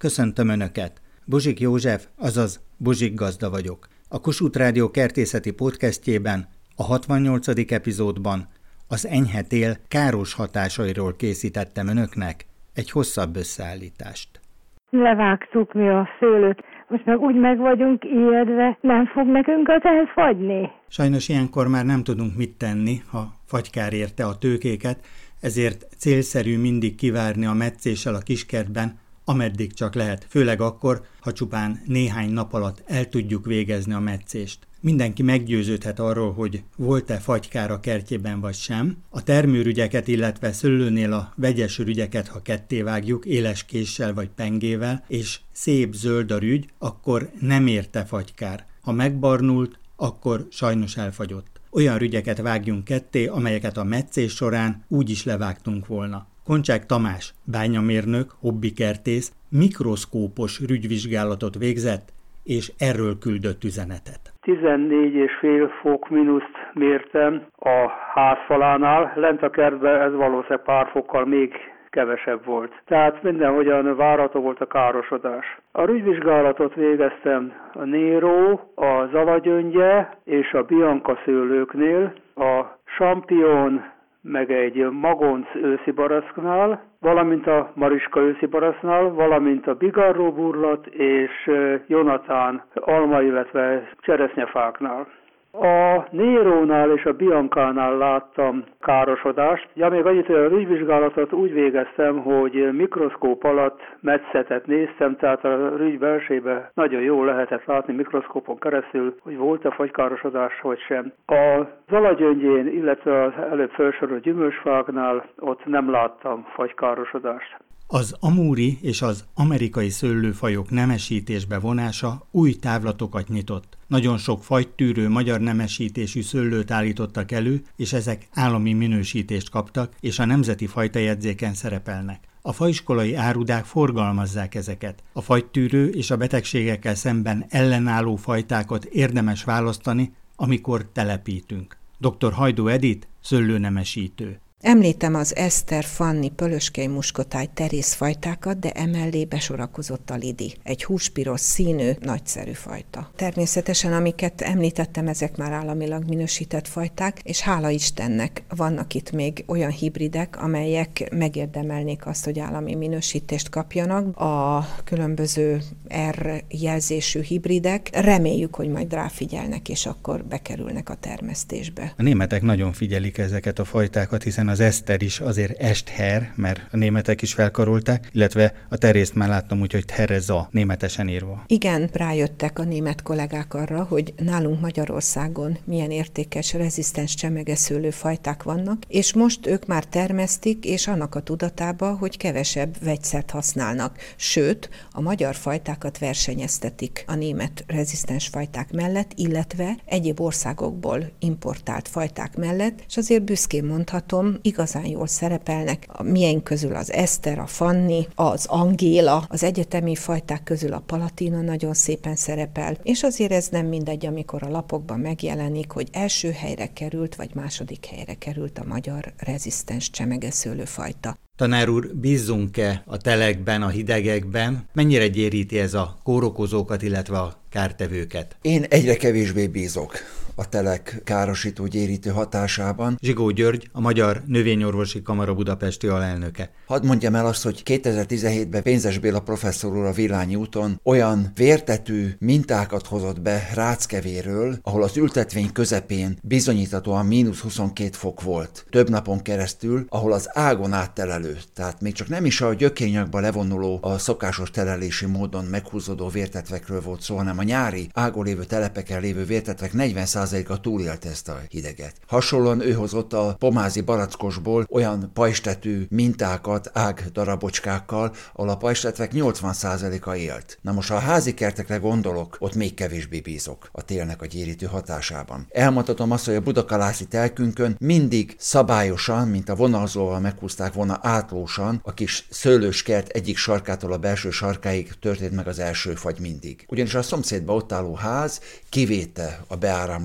Köszöntöm Önöket! Buzsik József, azaz Buzsik gazda vagyok. A Kossuth Rádió kertészeti podcastjében, a 68. epizódban az enyhe tél káros hatásairól készítettem Önöknek egy hosszabb összeállítást. Levágtuk mi a szőlőt, most meg úgy meg vagyunk ijedve, nem fog nekünk az elfagyni. Sajnos ilyenkor már nem tudunk mit tenni, ha fagykár érte a tőkéket, ezért célszerű mindig kivárni a metszéssel a kiskertben, ameddig csak lehet, főleg akkor, ha csupán néhány nap alatt el tudjuk végezni a metszést. Mindenki meggyőződhet arról, hogy volt-e fagykár a kertjében vagy sem. A termőrügyeket, illetve szőlőnél a vegyes rügyeket, ha kettévágjuk, éles késsel vagy pengével, és szép zöld a rügy, akkor nem érte fagykár. Ha megbarnult, akkor sajnos elfagyott. Olyan rügyeket vágjunk ketté, amelyeket a metszés során úgy is levágtunk volna. Koncsák Tamás, bányamérnök, hobbikertész, mikroszkópos rügyvizsgálatot végzett, és erről küldött üzenetet. 14,5 fok mínuszt mértem a házfalánál, lent a kertben ez valószínűleg pár fokkal még kevesebb volt. Tehát mindenhogyan várható volt a károsodás. A rügyvizsgálatot végeztem a Nero, a Zalagyöngye és a Bianca szőlőknél, a Champion meg egy Magonc őszi baracknál, valamint a Mariska őszi baracnál, valamint a Bigarró burlat és Jonathan alma, illetve cseresznyefáknál. A Nérónál és a Biancánál láttam károsodást. Ja, még annyit, hogy a rügyvizsgálatot úgy végeztem, hogy mikroszkóp alatt metszetet néztem, tehát a rügy belsébe nagyon jól lehetett látni mikroszkópon keresztül, hogy volt-e fagykárosodás, vagy sem. A Zalagyöngyén, illetve az előbb felsorolt gyümölcsfáknál ott nem láttam fagykárosodást. Az amúri és az amerikai szőlőfajok nemesítésbe vonása új távlatokat nyitott. Nagyon sok fagytűrő magyar nemesítésű szőlőt állítottak elő, és ezek állami minősítést kaptak, és a nemzeti fajtajegyzéken szerepelnek. A faiskolai árudák forgalmazzák ezeket. A fagytűrő és a betegségekkel szemben ellenálló fajtákat érdemes választani, amikor telepítünk. Dr. Hajdú Edith, szőlőnemesítő. Említem az Eszter, Fanni, Pölöskei muskotáj terészfajtákat, de emellé besorakozott a Lidi. Egy húspiros színű, nagyszerű fajta. Természetesen, amiket említettem, ezek már államilag minősített fajták, és hála Istennek vannak itt még olyan hibridek, amelyek megérdemelnék azt, hogy állami minősítést kapjanak. A különböző R jelzésű hibridek, reméljük, hogy majd ráfigyelnek, és akkor bekerülnek a termesztésbe. A németek nagyon figyelik ezeket a fajtákat, hiszen az Eszter is azért Esther, mert a németek is felkarolták, illetve a terészt már láttam úgy, hogy Tereza németesen írva. Igen, rájöttek a német kollégák arra, hogy nálunk Magyarországon milyen értékes, rezisztens csemegeszőlő fajták vannak, és most ők már termesztik, és annak a tudatába, hogy kevesebb vegyszert használnak. Sőt, a magyar fajtákat versenyeztetik a német rezisztens fajták mellett, illetve egyéb országokból importált fajták mellett, és azért büszkén mondhatom, igazán jól szerepelnek. A miénk közül az Eszter, a Fanni, az Angéla, az egyetemi fajták közül a Palatina nagyon szépen szerepel, és azért ez nem mindegy, amikor a lapokban megjelenik, hogy első helyre került, vagy második helyre került a magyar rezisztens csemegeszőlő fajta. Tanár úr, bízzunk-e a telekben, a hidegekben? Mennyire gyéríti ez a kórokozókat, illetve a kártevőket? Én egyre kevésbé bízok a telek károsító gyérítő hatásában. Zsigó György, a Magyar Növényorvosi Kamara budapesti alelnöke. Hadd mondjam el azt, hogy 2017-ben Pénzes Béla professzor úr a Villányi úton olyan vértetű mintákat hozott be ráckevéről, ahol az ültetvény közepén bizonyíthatóan -22 fok volt több napon keresztül, ahol az ágon áttelelő, tehát még csak nem is a gyökérnyakba levonuló, a szokásos telelési módon meghúzódó vértetvekről volt szó, hanem a nyári ágon lévő telepeken lévő vértetvek 40%-a túlélte ezt a hideget. Hasonlóan ő hozott a pomázi barackosból olyan pajstetű mintákat ágdarabocskákkal, ahol a pajstetvek 80%-a élt. Na most, ha a házi kertekre gondolok, ott még kevésbé bízok a télnek a gyérítő hatásában. Elmondhatom azt, hogy a budakalászi telkünkön mindig szabályosan, mint a vonalzóval meghúzták volna átlósan, a kis szőlőskert egyik sarkától a belső sarkáig történt meg az első fagy mindig. Ugyanis a szomszédba ott álló ház kivéte a beáramló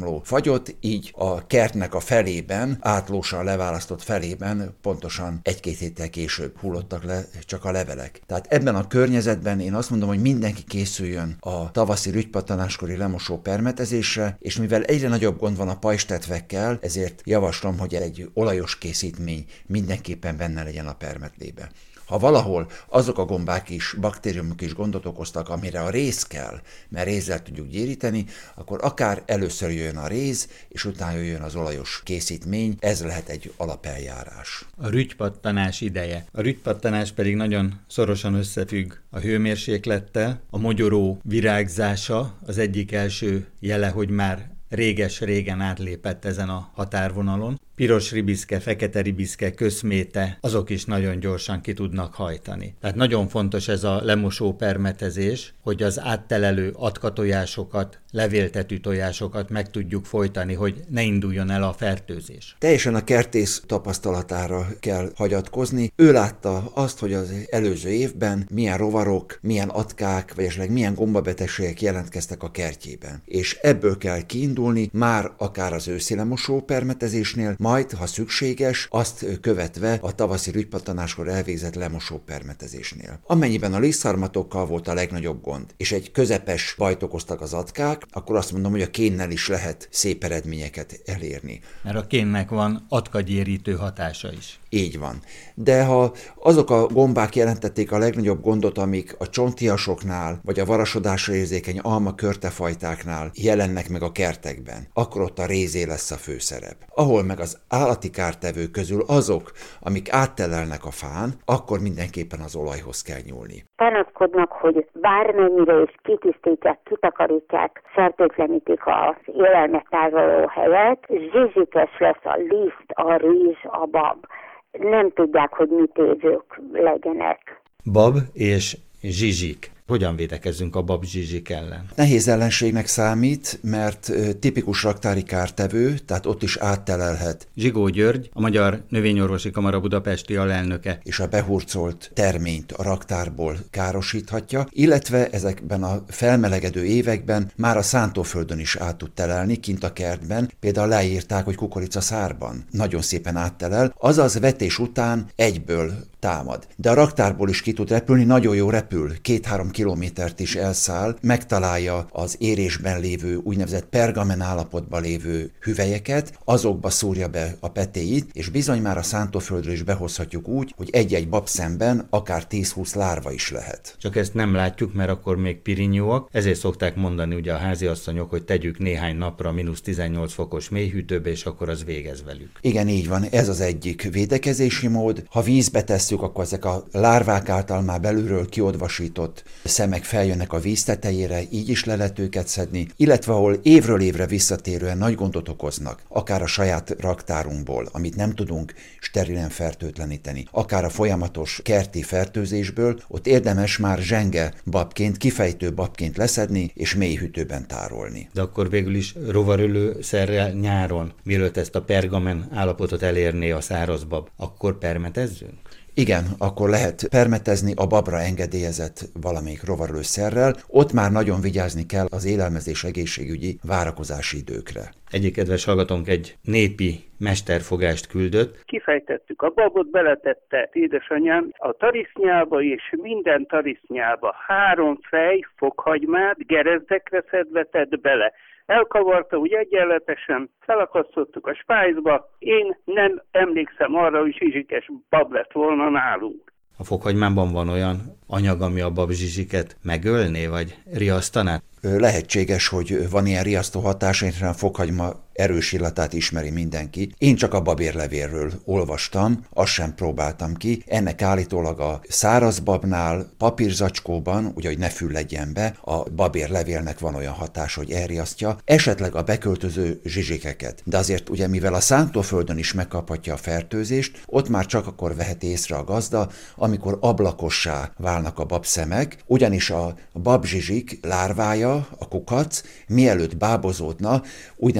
áramló fagyot, így a kertnek a felében, átlósan leválasztott felében pontosan 1-2 héttel később hullottak le csak a levelek. Tehát ebben a környezetben én azt mondom, hogy mindenki készüljön a tavaszi rügypattanáskori lemosó permetezésre, és mivel egyre nagyobb gond van a pajzstetvekkel, ezért javaslom, hogy egy olajos készítmény mindenképpen benne legyen a permetlébe. Ha valahol azok a gombák is, baktériumok is gondot okoztak, amire a réz kell, mert rézzel tudjuk gyéríteni, akkor akár először jöjjön a réz, és utána jöjjön az olajos készítmény, ez lehet egy alapeljárás. A rügypattanás ideje. A rügypattanás pedig nagyon szorosan összefügg a hőmérséklettel. A mogyoró virágzása az egyik első jele, hogy már réges-régen átlépett ezen a határvonalon. Piros ribiszke, fekete ribiszke, köszméte, azok is nagyon gyorsan ki tudnak hajtani. Tehát nagyon fontos ez a lemosó permetezés, hogy az áttelelő atkatojásokat, levéltetű tojásokat meg tudjuk folytani, hogy ne induljon el a fertőzés. Teljesen a kertész tapasztalatára kell hagyatkozni. Ő látta azt, hogy az előző évben milyen rovarok, milyen atkák, vagy esetleg milyen gombabetegségek jelentkeztek a kertjében. És ebből kell kiindulni, már akár az őszi lemosó permetezésnél, majd, ha szükséges, azt követve a tavaszi rügypattanáskor elvégzett lemosó permetezésnél. Amennyiben a lisztharmatokkal volt a legnagyobb gond, és egy közepes bajt okoztak az atkák, akkor azt mondom, hogy a kénnel is lehet szép eredményeket elérni. Mert a kénnek van atkagyérítő hatása is. Így van. De ha azok a gombák jelentették a legnagyobb gondot, amik a csontiasoknál, vagy a varasodásra érzékeny alma körtefajtáknál jelennek meg a kertekben, akkor ott a rézé lesz a főszerep. Ahol meg az állati kártevők közül azok, amik áttelelnek a fán, akkor mindenképpen az olajhoz kell nyúlni. Panaszkodnak, hogy bármennyire is kitisztítják, kitakarítják, fertőtlenítik az élelmettároló helyet, zsizsikes lesz a liszt, a rizs, a bab. Nem tudják, hogy mit évők legyenek. Bab és zsizsik. Hogyan védekezzünk a babzsizsik ellen? Nehéz ellenségnek számít, mert tipikus raktári kártevő, tehát ott is áttelelhet. Zsigó György, a Magyar Növényorvosi Kamara budapesti alelnöke. És a behurcolt terményt a raktárból károsíthatja, illetve ezekben a felmelegedő években már a szántóföldön is át tud telelni, kint a kertben. Például leírták, hogy kukoricaszárban nagyon szépen áttelel, azaz vetés után egyből támad. De a raktárból is ki tud repülni, nagyon jó repül, 2-3 kilométert is elszáll, megtalálja az érésben lévő, úgynevezett pergamen állapotban lévő hüvelyeket, azokba szúrja be a petéit, és bizony már a szántóföldről is behozhatjuk úgy, hogy egy-egy babszemben akár 10-20 lárva is lehet. Csak ezt nem látjuk, mert akkor még pirinyóak, ezért szokták mondani ugye a háziasszonyok, hogy tegyük néhány napra -18 fokos mélyhűtőbe, és akkor az végez velük. Igen, így van, ez az egyik védekezési mód. Ha vízbe tesszük, akkor ezek a lárvák által már belülről kiodvasított szemek feljönnek a víz tetejére, így is le lehet őket szedni, illetve ahol évről évre visszatérően nagy gondot okoznak, akár a saját raktárunkból, amit nem tudunk sterilen fertőtleníteni, akár a folyamatos kerti fertőzésből, ott érdemes már zsenge babként, kifejtő babként leszedni és mélyhűtőben tárolni. De akkor végül is rovarölőszerrel nyáron, mielőtt ezt a pergamen állapotot elérné a száraz bab, akkor permetezzünk? Igen, akkor lehet permetezni a babra engedélyezett valamelyik rovarölőszerrel, ott már nagyon vigyázni kell az élelmezés egészségügyi várakozási időkre. Egyik kedves hallgatónk egy népi mesterfogást küldött. Kifejtettük a babot, beletette édesanyám a tarisznyába, és minden tarisznyába 3 fej fokhagymát gerezdekre szedve tett bele. Elkavarta úgy egyenletesen, felakasztottuk a spájzba. Én nem emlékszem arra, hogy zsizsikes bab lett volna nálunk. A fokhagymában van olyan anyag, ami a babzsizsiket megölné, vagy riasztaná? Lehetséges, hogy van ilyen riasztó hatása, hiszen a fokhagyma erős illatát ismeri mindenki. Én csak a babérlevélről olvastam, azt sem próbáltam ki. Ennek állítólag a száraz babnál, papírzacskóban, ugye, hogy ne fülledjen be, a babérlevélnek van olyan hatása, hogy elriasztja, esetleg a beköltöző zsizsikeket. De azért ugye, mivel a szántóföldön is megkaphatja a fertőzést, ott már csak akkor veheti észre a gazda, amikor ablakossá válnak a babszemek, ugyanis a babzsizsik lárvája, a kukac, mielőtt bábozódna, úgynevezett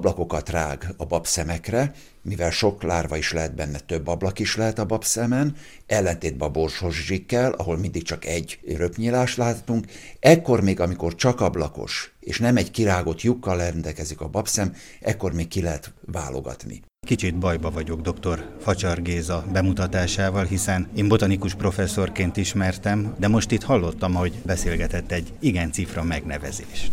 ablakokat rág a babszemekre, mivel sok lárva is lehet benne, több ablak is lehet a babszemen, ellentétben a borsos zsikkel, ahol mindig csak egy röpnyílást látunk. Ekkor még, amikor csak ablakos, és nem egy kirágott lyukkal rendelkezik a babszem, ekkor még ki lehet válogatni. Kicsit bajba vagyok dr. Facsar Géza bemutatásával, hiszen én botanikus professzorként ismertem, de most itt hallottam, hogy beszélgetett egy igen cifra megnevezést.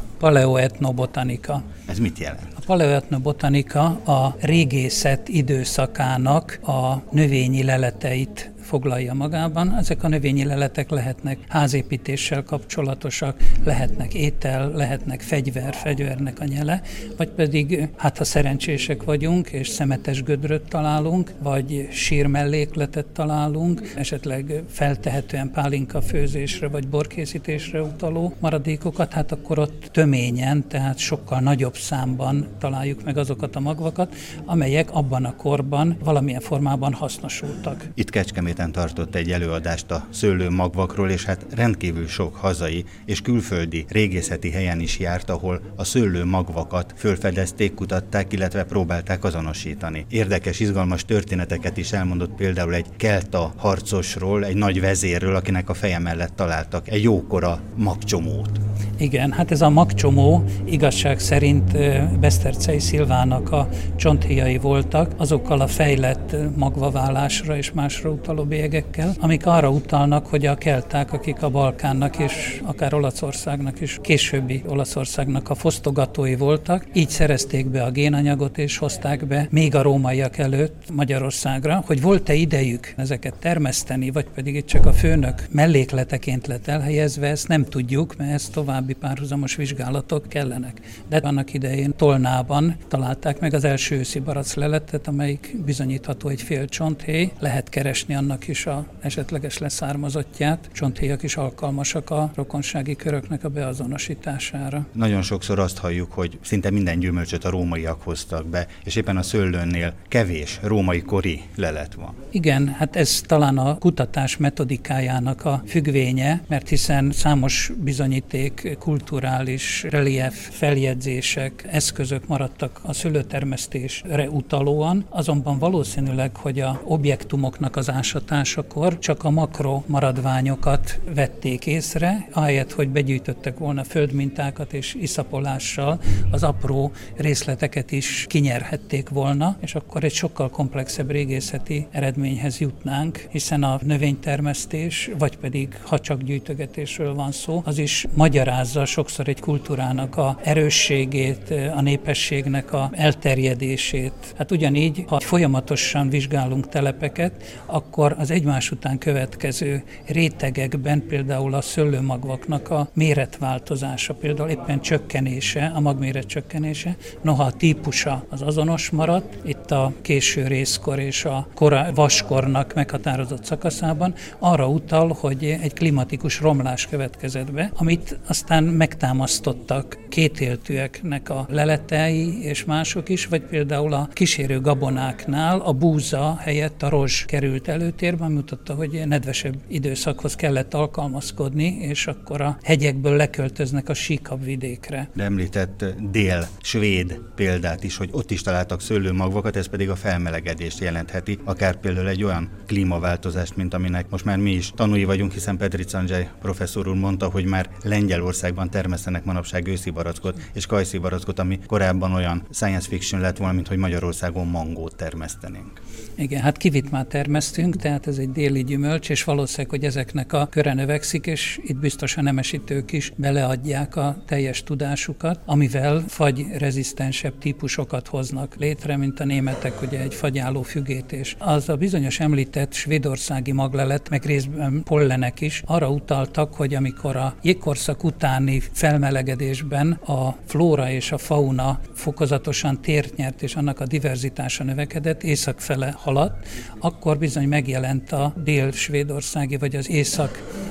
Paleoetnobotanika. Ez mit jelent? A paleoetnobotanika a régészet időszakának a növényi leleteit foglalja magában. Ezek a növényi leletek lehetnek házépítéssel kapcsolatosak, lehetnek étel, lehetnek fegyvernek a nyele, vagy pedig, ha szerencsések vagyunk, és szemetes gödröt találunk, vagy sírmellékletet találunk, esetleg feltehetően pálinka főzésre, vagy borkészítésre utaló maradékokat, akkor ott töményen, tehát sokkal nagyobb számban találjuk meg azokat a magvakat, amelyek abban a korban valamilyen formában hasznosultak. Itt Kecskeméten tartott egy előadást a szőlőmagvakról, és rendkívül sok hazai és külföldi régészeti helyen is járt, ahol a szőlőmagvakat fölfedezték, kutatták, illetve próbálták azonosítani. Érdekes, izgalmas történeteket is elmondott például egy kelta harcosról, egy nagy vezérről, akinek a feje mellett találtak egy jókora magcsomót. Igen, ez a magcsomó igazság szerint Beszterczei Szilvának a csonthéjai voltak, azokkal a fejlett magvaválásra és másra utaló bélyegekkel, amik arra utalnak, hogy a kelták, akik a Balkánnak és akár Olaszországnak is, későbbi Olaszországnak a fosztogatói voltak, így szerezték be a génanyagot és hozták be még a rómaiak előtt Magyarországra, hogy volt-e idejük ezeket termeszteni, vagy pedig itt csak a főnök mellékleteként lett elhelyezve, ezt nem tudjuk, mert ez további párhuzamos vizsgálatok kellenek. De annak idején Tolnában találták meg az első őszi barack leletet, amelyik bizonyítható egy fél csonthéj, lehet keresni annak is a esetleges leszármazottját. Csonthéjak is alkalmasak a rokonsági köröknek a beazonosítására. Nagyon sokszor azt halljuk, hogy szinte minden gyümölcsöt a rómaiak hoztak be, és éppen a szőlőnél kevés római kori lelet van. Igen, ez talán a kutatás metodikájának a függvénye, mert hiszen számos bizonyíték, kulturális relief, feljegyzések, eszközök maradtak a szőlőtermesztésre utalóan, azonban valószínűleg, hogy a objektumoknak az ásatásakor csak a makro maradványokat vették észre, ahelyett, hogy begyűjtöttek volna földmintákat és iszapolással az apró részleteket is kinyerhették volna, és akkor egy sokkal komplexebb régészeti eredményhez jutnánk, hiszen a növénytermesztés, vagy pedig ha csak gyűjtögetésről van szó, az is magyarázza sokszor egy kultúrának a erősségét, a népességnek a elterjedését. Ugyanígy, ha folyamatosan vizsgálunk telepeket, akkor az egymás után következő rétegekben például a szőlőmagvaknak a méretváltozása, például éppen csökkenése, a magméret csökkenése, noha a típusa az azonos maradt, itt a késő rézkor és a vaskornak meghatározott szakaszában arra utal, hogy egy klimatikus romlás következett be, amit aztán megtámasztottak kétéltűeknek a leletei és mások is, vagy például a kísérő gabonáknál a búza helyett a rozs került előtérbe, ami mutatta, hogy nedvesebb időszakhoz kellett alkalmazkodni, és akkor a hegyekből leköltöznek a síkabb vidékre. De említett dél-svéd példát is, hogy ott is találtak szőlőmagvakat, ez pedig a felmelegedést jelentheti, akár például egy olyan klímaváltozást, mint aminek most már mi is tanúi vagyunk, hiszen Petric Andrzej professzor úr mondta, hogy már Lengyelországban termesztenek manapság őszi barackot és kajszi barackot, ami korábban olyan science fiction lett volna, mint hogy Magyarországon mangót termesztenénk. Igen, kivit már termesztünk, tehát ez egy déli gyümölcs, és valószínűleg, hogy ezeknek a köre növekszik, és itt biztos a nemesítők is beleadják a teljes tudásukat, amivel fagyrezisztensebb típusokat hoznak létre, mint a németek, ugye egy fagyálló fügétés. Az a bizonyos említett svédországi maglelet, meg részben pollenek is arra utaltak, hogy amikor a jégkorszak utáni felmelegedésben a flóra és a fauna fokozatosan tért nyert, és annak a diverzitása növekedett, északfele haladt, akkor bizony megjelent a dél-svédországi vagy az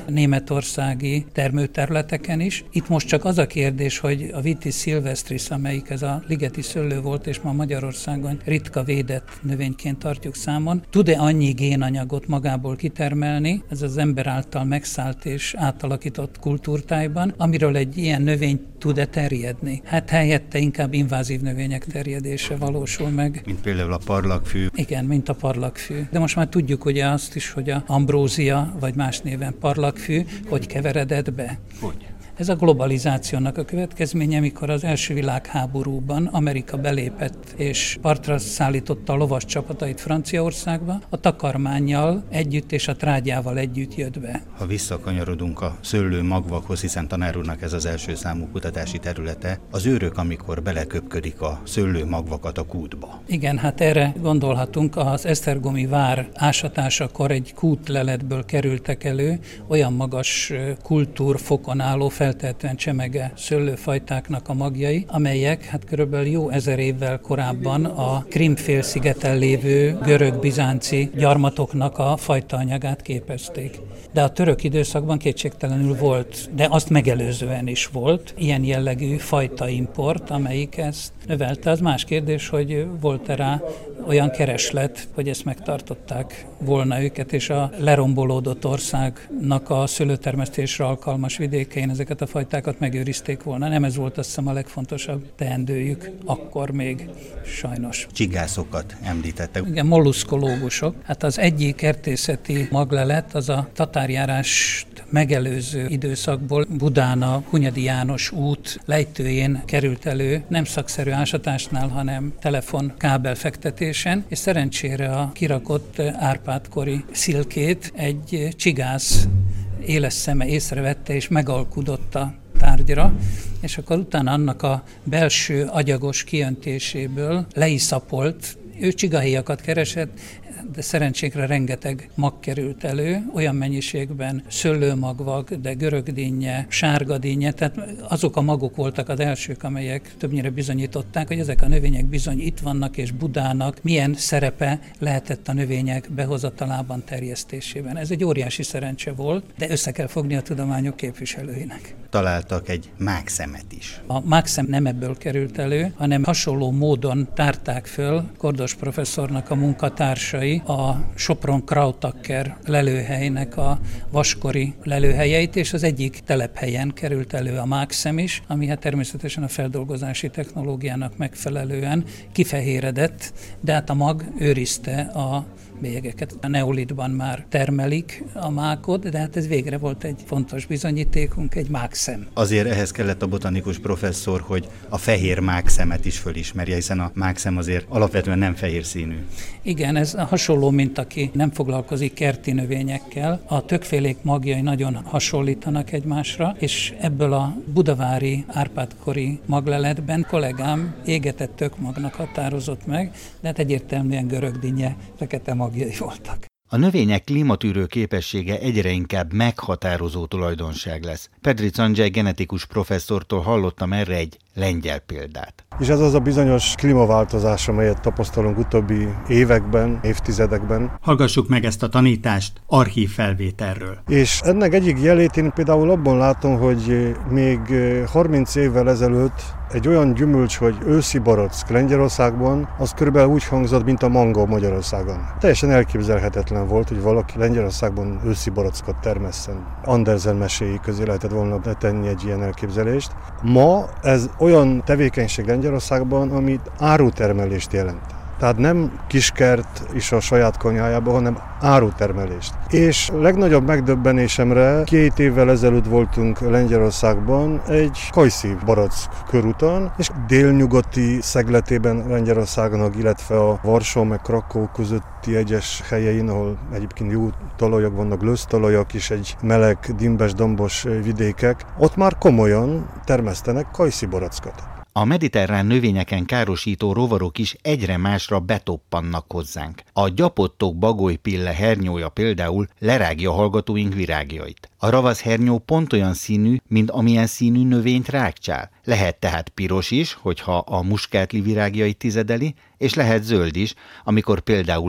németországi termőterületeken is. Itt most csak az a kérdés, hogy a Vitis silvestris, amelyik ez a ligeti szőlő volt, és ma Magyarországon ritka védett növényként tartjuk számon, tud-e annyi génanyagot magából kitermelni, ez az ember által megszállt és átalakított kultúrtájban, amiről egy ilyen növény tud-e terjedni? Hát helyette inkább invázív növények terjedése valósul meg. Mint például a parlagfű. Igen, mint a parlagfű. De most már tudjuk ugye azt is, hogy a ambrózia, vagy más néven parlagfű, hogy keveredett be. Hogy? Ez a globalizációnak a következménye, amikor az első világháborúban Amerika belépett és partra szállította a lovas csapatait Franciaországba, a takarmánnyal együtt és a trágyával együtt jött be. Ha visszakanyarodunk a szőlőmagvakhoz, hiszen tanár úrnak ez az első számú kutatási területe, az őrök, amikor beleköpködik a szőlőmagvakat a kútba. Igen, hát erre gondolhatunk, az esztergomi vár ásatásakor egy kútleletből kerültek elő olyan magas kultúrfokon álló feltehetően csemege szőlőfajtáknak a magjai, amelyek hát körülbelül jó 1000 évvel korábban a Krím-félszigeten lévő görög-bizánci gyarmatoknak a fajtaanyagát képezték. De a török időszakban kétségtelenül volt, de azt megelőzően is volt ilyen jellegű fajtaimport, amelyik ezt növelte. Az más kérdés, hogy volt-e rá olyan kereslet, hogy ezt megtartották volna őket, és a lerombolódott országnak a szőlőtermesztésre alkalmas vidékein ezeket a fajtákat megőrizték volna. Nem ez volt, azt hiszem, a legfontosabb teendőjük akkor még, sajnos. Csigászokat említettek. Igen, molluszkológusok. Hát az egyik kertészeti maglelet az a tatárjárást megelőző időszakból Budán a Hunyadi János út lejtőjén került elő, nem szakszerű ásatásnál, hanem telefonkábelfektetésen, és szerencsére a kirakott Árpád-kori szilkét egy csigász éles szeme észrevette és megalkudott a tárgyra, és akkor utána annak a belső agyagos kiöntéséből leiszapolt, ő csigahéjakat keresett, de szerencsénkre rengeteg mag került elő, olyan mennyiségben szőlőmagvak, de görögdinnye, sárgadinnye, tehát azok a magok voltak az elsők, amelyek többnyire bizonyították, hogy ezek a növények bizony itt vannak, és Budának milyen szerepe lehetett a növények behozatalában, terjesztésében. Ez egy óriási szerencse volt, de össze kell fogni a tudományok képviselőinek. Találtak egy mágszemet is. A mágszem nem ebből került elő, hanem hasonló módon tárták föl Kordos professzornak a munkatársai a Sopron-Krautacker lelőhelynek a vaskori lelőhelyeit, és az egyik telephelyen került elő a mágszem is, ami hát természetesen a feldolgozási technológiának megfelelően kifehéredett, de hát a mag őrizte a bélyegeket. A neolitban már termelik a mákot, de hát ez végre volt egy fontos bizonyítékunk, egy mágszem. Azért ehhez kellett a botanikus professzor, hogy a fehér mágszemet is fölismerje, hiszen a mágszem azért alapvetően nem fehér színű. Igen, ez hasonló, mint aki nem foglalkozik kerti növényekkel. A többfélék magjai nagyon hasonlítanak egymásra, és ebből a budavári Árpád-kori magleletben kollégám égetett tökmagnak határozott meg, de hát egyértelműen görögdinnye, fekete magjai voltak. A növények klímatűrő képessége egyre inkább meghatározó tulajdonság lesz. Pedric Andrzej genetikus professzortól hallottam erre egy lengyel példát. És ez az a bizonyos klímaváltozás, amelyet tapasztalunk utóbbi években, évtizedekben. Hallgassuk meg ezt a tanítást archív felvételről. És ennek egyik jelét én például abban látom, hogy még 30 évvel ezelőtt egy olyan gyümölcs, hogy őszi barack Lengyelországban, az körülbelül úgy hangzott, mint a mangó Magyarországon. Teljesen elképzelhetetlen volt, hogy valaki Lengyelországban őszi barackot termesszen. Andersen meséi közé lehetett volna tenni egy ilyen elképzelést. Ma ez olyan tevékenység Lengyelországban, amit árutermelést jelent. Tehát nem kiskert is a saját konyhájában, hanem árutermelést. És legnagyobb megdöbbenésemre 2 évvel ezelőtt voltunk Lengyelországban egy kajszi barack körúton, és délnyugati szegletében Lengyelországnak, illetve a Varsó meg Krakó közötti egyes helyein, ahol egyébként jó talajok vannak, lösztalajok és egy meleg, dimbes, dombos vidékek, ott már komolyan termesztenek kajszi barackot. A mediterrán növényeken károsító rovarok is egyre másra betoppannak hozzánk. A gyapottok bagolypille hernyója például lerágja hallgatóink virágjait. A ravaszhernyó pont olyan színű, mint amilyen színű növényt rágcsál. Lehet tehát piros is, hogyha a muskátli virágjait tizedeli, és lehet zöld is, amikor például egy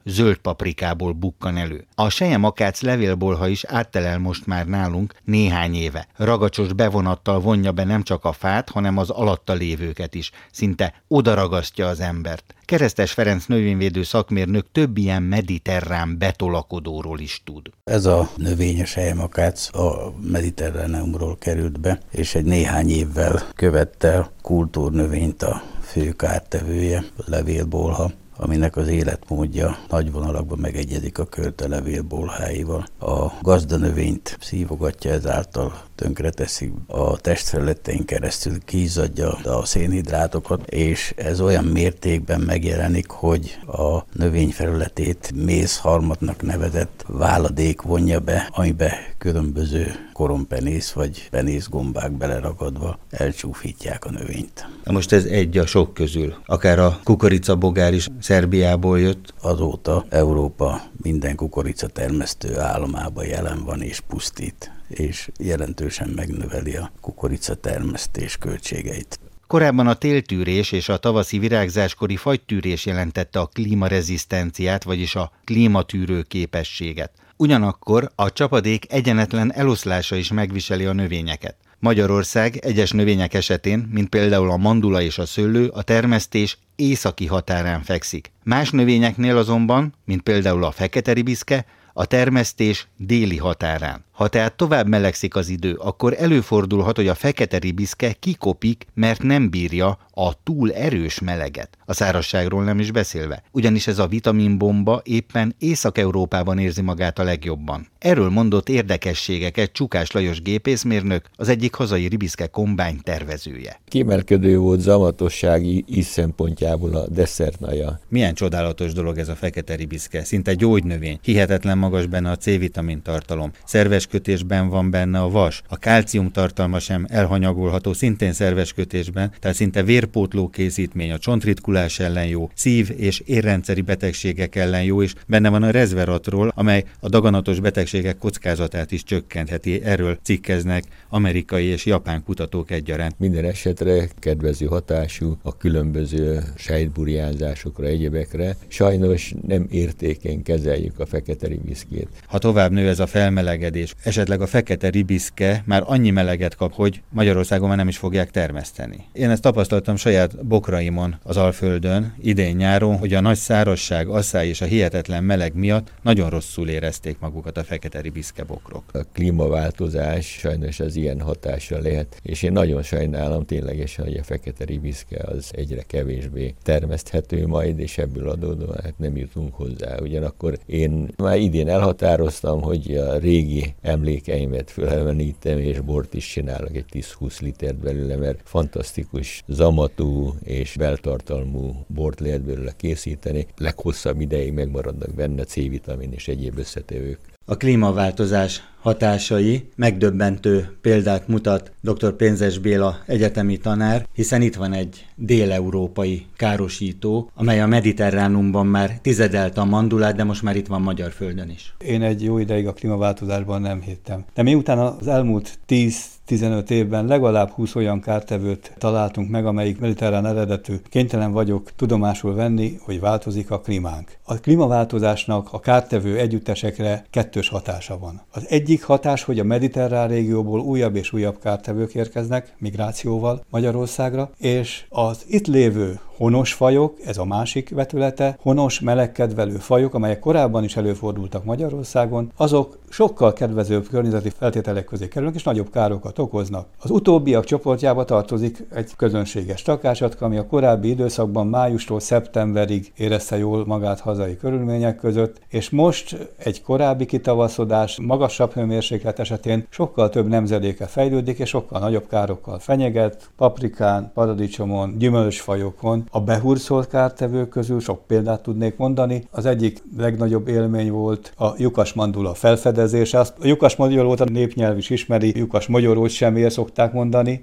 zöld paprikából bukkan elő. A selyem-akác levélbolha is áttelel most már nálunk néhány éve. Ragacsos bevonattal vonja be nem csak a fát, hanem az alatta lévőket is. Szinte odaragasztja az embert. Keresztes Ferenc növényvédő szakmérnök több ilyen mediterrán betolakodóról is tud. Ez a növényes selyem-akác a Mediterráneumról került be, és egy néhány évvel követte kultúrnövényt a fő kártevője, a levélbolha, aminek az életmódja nagy vonalakban megegyezik a körte levélbolháival. A gazdanövényt szívogatja, ezáltal tönkreteszi a testfelületein keresztül, kiizzadja a szénhidrátokat, és ez olyan mértékben megjelenik, hogy a növény felületét mézharmatnak nevezett váladék vonja be, amibe különböző korompenész vagy penészgombák beleragadva elcsúfítják a növényt. Most ez egy a sok közül. Akár a kukoricabogár is Szerbiából jött. Azóta Európa minden kukoricatermesztő államában jelen van és pusztít, és jelentősen megnöveli a kukoricatermesztés költségeit. Korábban a téltűrés és a tavaszi virágzáskori fagytűrés jelentette a klímarezisztenciát, vagyis a klímatűrő képességet. Ugyanakkor a csapadék egyenetlen eloszlása is megviseli a növényeket. Magyarország egyes növények esetén, mint például a mandula és a szőlő, a termesztés északi határán fekszik. Más növényeknél azonban, mint például a fekete ribiszke, a termesztés déli határán. Ha tehát tovább melegszik az idő, akkor előfordulhat, hogy a fekete ribiszke kikopik, mert nem bírja a túl erős meleget. A szárazságról nem is beszélve. Ugyanis ez a vitaminbomba éppen Észak-Európában érzi magát a legjobban. Erről mondott érdekességeket Csukás Lajos gépészmérnök, az egyik hazai ribiszke kombány tervezője. Kiemelkedő volt zamatossági íz szempontjából a desszertnaja. Milyen csodálatos dolog ez a fekete ribiszke, szinte gyógynövény. Hihetetlen magas benne a C-vitamin tartalom. Szerves kötésben van benne a vas. A kálcium tartalma sem elhanyagolható, szintén szerves kötésben, tehát szinte vérpótló készítmény, a csontritkulás ellen jó, szív- és érrendszeri betegségek ellen jó, és benne van a resveratrol, amely a daganatos betegségek kockázatát is csökkentheti. Erről cikkeznek amerikai és japán kutatók egyaránt. Minden esetre kedvező hatású a különböző sejtburjánzásokra, egyebekre. Sajnos nem értékén kezeljük a fekete ribiszkét. Ha tovább nő ez a felmelegedés, esetleg a fekete ribiszke már annyi meleget kap, hogy Magyarországon már nem is fogják termeszteni. Én ezt tapasztaltam saját bokraimon az Alföldön idén nyáron, hogy a nagy szárazság, asszály és a hihetetlen meleg miatt nagyon rosszul érezték magukat a fekete ribiszke bokrok. A klímaváltozás sajnos az ilyen hatással lehet, és én nagyon sajnálom ténylegesen, hogy a fekete ribiszke az egyre kevésbé termeszthető majd, és ebből adódóan nem jutunk hozzá. Ugyanakkor én már idén elhatároztam, hogy a régi emlékeimet fölelevenítem, és bort is csinálok, egy 10-20 litert belőle, mert fantasztikus zamatú és beltartalmú bort lehet belőle készíteni. Leghosszabb ideig megmaradnak benne C-vitamin és egyéb összetevők. A klímaváltozás hatásai megdöbbentő példát mutat dr. Pénzes Béla egyetemi tanár, hiszen itt van egy déleurópai károsító, amely a Mediterránumban már tizedelte a mandulát, de most már itt van magyar földön is. Én egy jó ideig a klímaváltozásban nem hittem. De miután az elmúlt 10-15 évben legalább 20 olyan kártevőt találtunk meg, amelyik mediterrán eredetű, kénytelen vagyok tudomásul venni, hogy változik a klímánk. A klímaváltozásnak a kártevő együttesekre kettős hatása van. Az egyik hatás, hogy a mediterrán régióból újabb és újabb kártevők érkeznek migrációval Magyarországra, és az itt lévő honos fajok, ez a másik vetülete, honos, melegkedvelő fajok, amelyek korábban is előfordultak Magyarországon, azok sokkal kedvezőbb környezeti feltételek közé kerülnek, és nagyobb károkat okoznak. Az utóbbiak csoportjába tartozik egy közönséges takácsatka, ami a korábbi időszakban májustól szeptemberig érezte jól magát hazai körülmények között, és most egy korábbi kitavaszodás, magasabb hőmérséklet esetén sokkal több nemzedéke fejlődik, és sokkal nagyobb károkkal fenyeget, paprikán, paradicsomon, gyümölcsfajokon. A behurcolt kártevők közül sok példát tudnék mondani. Az egyik legnagyobb élmény volt a lyukasmandula felfedezése. A lyukasmandulót a népnyelv is ismeri, lyukasmogyorót sem ér, szokták mondani.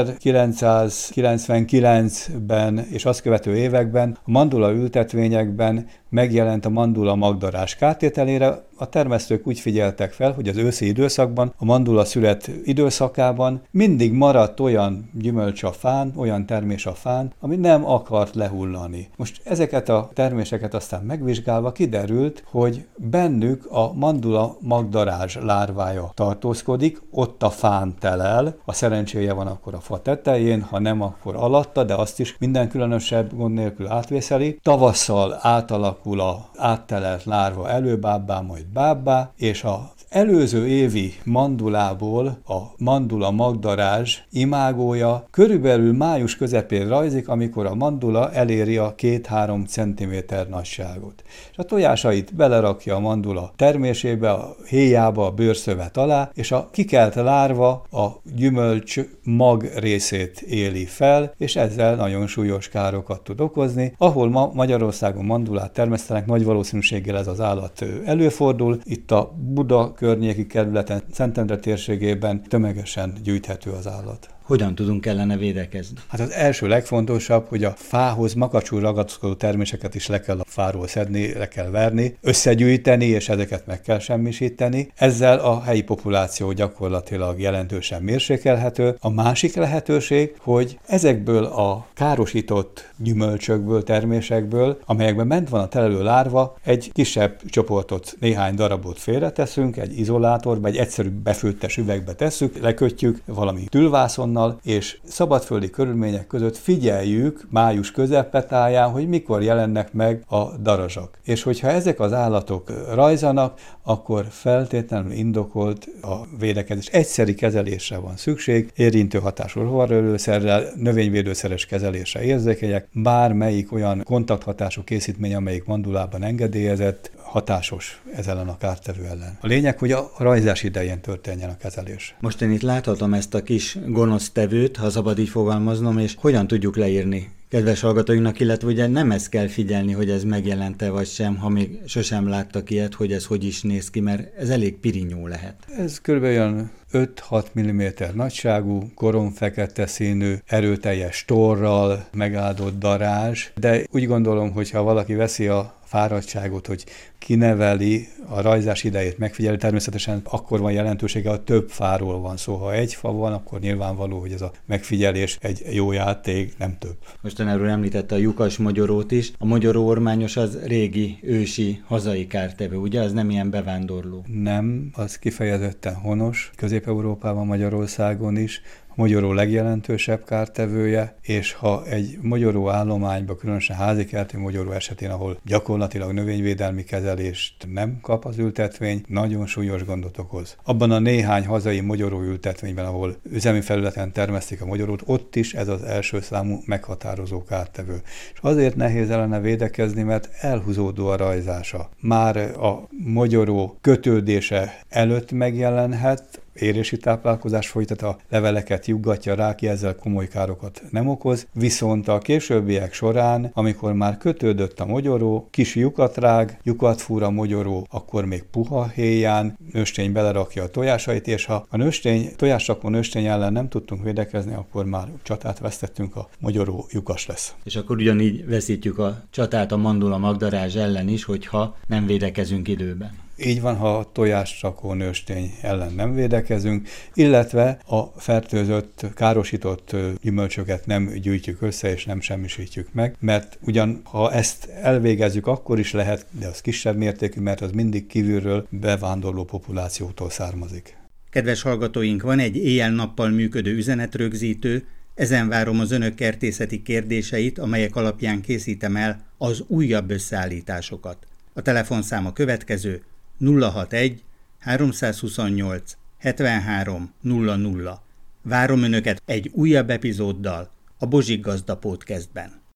1999-ben és azt követő években a mandula ültetvényekben megjelent a mandula magdarás kártételére, a termesztők úgy figyeltek fel, hogy az őszi időszakban, a mandula szület időszakában mindig maradt olyan gyümölcs a fán, olyan termés a fán, ami nem akart lehullani. Most ezeket a terméseket aztán megvizsgálva kiderült, hogy bennük a mandula magdarázs lárvája tartózkodik, ott a fán telel, a szerencséje van akkor a fa tetején, ha nem, akkor alatta, de azt is minden különösebb gond nélkül átvészeli. Tavasszal átalakul a áttelelt lárva előbábbá, majd bábbá, és a előző évi mandulából a mandula magdarázs imágója körülbelül május közepén rajzik, amikor a mandula eléri a 2-3 cm nagyságot. És a tojásait belerakja a mandula termésébe, a héjába, a bőrszövet alá, és a kikelt lárva a gyümölcs mag részét éli fel, és ezzel nagyon súlyos károkat tud okozni. Ahol ma Magyarországon mandulát termesztenek, nagy valószínűséggel ez az állat előfordul. Itt a Buda környéki kerületen, Szentendre térségében tömegesen gyűjthető az állat. Hogyan tudunk ellene védekezni? Hát az első legfontosabb, hogy a fához makacsul ragaszkodó terméseket is le kell a fáról szedni, le kell verni, összegyűjteni, és ezeket meg kell semmisíteni. Ezzel a helyi populáció gyakorlatilag jelentősen mérsékelhető. A másik lehetőség, hogy ezekből a károsított gyümölcsökből, termésekből, amelyekben ment van a telelő lárva, egy kisebb csoportot, néhány darabot félreteszünk, egy izolátorba, egy egyszerű befőttes üvegbe tesszük, lekötjük valami tülvászonnal, és szabadföldi körülmények között figyeljük május közepetáján, hogy mikor jelennek meg a darazsak. És hogyha ezek az állatok rajzanak, akkor feltétlenül indokolt a védekezés. Egyszeri kezelésre van szükség, érintő hatású rovarölőszerrel, növényvédőszeres kezelésre érzékenyek, bármelyik olyan kontakthatású készítmény, amelyik mandulában engedélyezett, hatásos ez ellen a kártevő ellen. A lényeg, hogy a rajzás idején történjen a kezelés. Most én itt láthatom ezt a kis gonosz tevőt, ha szabad így fogalmaznom, és hogyan tudjuk leírni kedves hallgatóinknak, illetve ugye nem ezt kell figyelni, hogy ez megjelente vagy sem, ha még sosem láttak ilyet, hogy ez hogy is néz ki, mert ez elég pirinyó lehet. Ez kb. Olyan 5-6 mm nagyságú, korom-fekete színű, erőteljes torral megáldott darázs, de úgy gondolom, hogy ha valaki veszi a fáradtságot, hogy kineveli, a rajzás idejét megfigyeli, természetesen akkor van jelentősége, ha több fáról van szó. Ha egy fa van, akkor nyilvánvaló, hogy ez a megfigyelés egy jó játék, nem több. Most erről említette a lyukas mogyorót is. A mogyoró ormányos az régi, ősi, hazai kártevő, ugye? Az nem ilyen bevándorló. Nem, az kifejezetten honos. Közép-Európában, Magyarországon is. A mogyoró legjelentősebb kártevője, és ha egy mogyoró állományban, különösen házikerti mogyoró esetén, ahol gyakorlatilag növényvédelmi kezelést nem kap az ültetvény, nagyon súlyos gondot okoz. Abban a néhány hazai mogyoró ültetvényben, ahol üzemi felületen termesztik a mogyorót, ott is ez az első számú meghatározó kártevő. És azért nehéz ellene védekezni, mert elhúzódó a rajzása. Már a mogyoró kötődése előtt megjelenhet, érési táplálkozás folytat, a leveleket juggatja rá, ki ezzel komoly károkat nem okoz, viszont a későbbiek során, amikor már kötődött a mogyoró, kis lyukat rág, lyukat fúr a mogyoró, akkor még puha héján, nőstény belerakja a tojásait, és ha a tojásrakó nőstény ellen nem tudtunk védekezni, akkor már csatát vesztettünk, a mogyoró lyukas lesz. És akkor ugyanígy veszítjük a csatát a mandula magdarázs ellen is, hogyha nem védekezünk időben. Így van, ha a tojásrakó nőstény ellen nem védekezünk, illetve a fertőzött, károsított gyümölcsöket nem gyűjtjük össze és nem semmisítjük meg, mert ugyan ha ezt elvégezzük, akkor is lehet, de az kisebb mértékű, mert az mindig kívülről bevándorló populációtól származik. Kedves hallgatóink, van egy éjjel-nappal működő üzenetrögzítő, ezen várom az önök kertészeti kérdéseit, amelyek alapján készítem el az újabb összeállításokat. A telefonszám a következő: 061 328 73 00. Várom önöket egy újabb epizóddal a Bozsik Gazda Podcastben.